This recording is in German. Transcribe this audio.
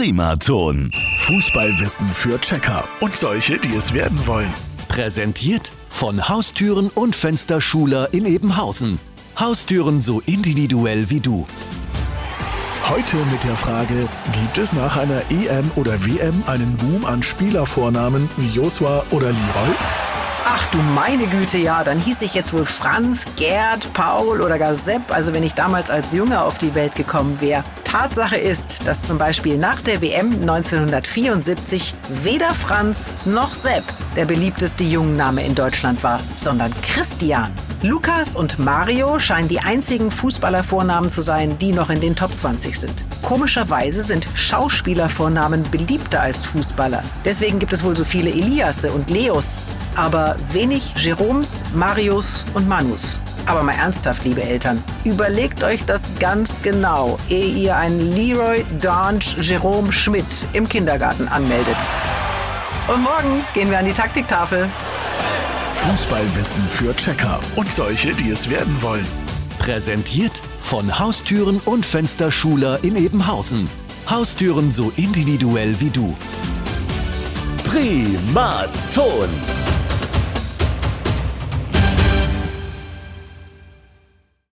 Primaton. Fußballwissen für Checker und solche, die es werden wollen. Präsentiert von Haustüren und Fensterschuler in Ebenhausen. Haustüren so individuell wie du. Heute mit der Frage, gibt es nach einer EM oder WM einen Boom an Spielervornamen wie Joshua oder Leroy? Ach du meine Güte, ja, dann hieß ich jetzt wohl Franz, Gerd, Paul oder gar Sepp, also wenn ich damals als Junge auf die Welt gekommen wäre. Tatsache ist, dass zum Beispiel nach der WM 1974 weder Franz noch Sepp der beliebteste Jungenname in Deutschland war, sondern Christian. Lukas und Mario scheinen die einzigen Fußballervornamen zu sein, die noch in den Top 20 sind. Komischerweise sind Schauspielervornamen beliebter als Fußballer. Deswegen gibt es wohl so viele Eliasse und Leos, aber wenig Jeroms, Marius und Manus. Aber mal ernsthaft, liebe Eltern, überlegt euch das ganz genau, ehe ihr einen Leroy Dange Jerome Schmidt im Kindergarten anmeldet. Und morgen gehen wir an die Taktiktafel. Fußballwissen für Checker und solche, die es werden wollen. Präsentiert von Haustüren und Fensterschuler in Ebenhausen. Haustüren so individuell wie du. Primaton.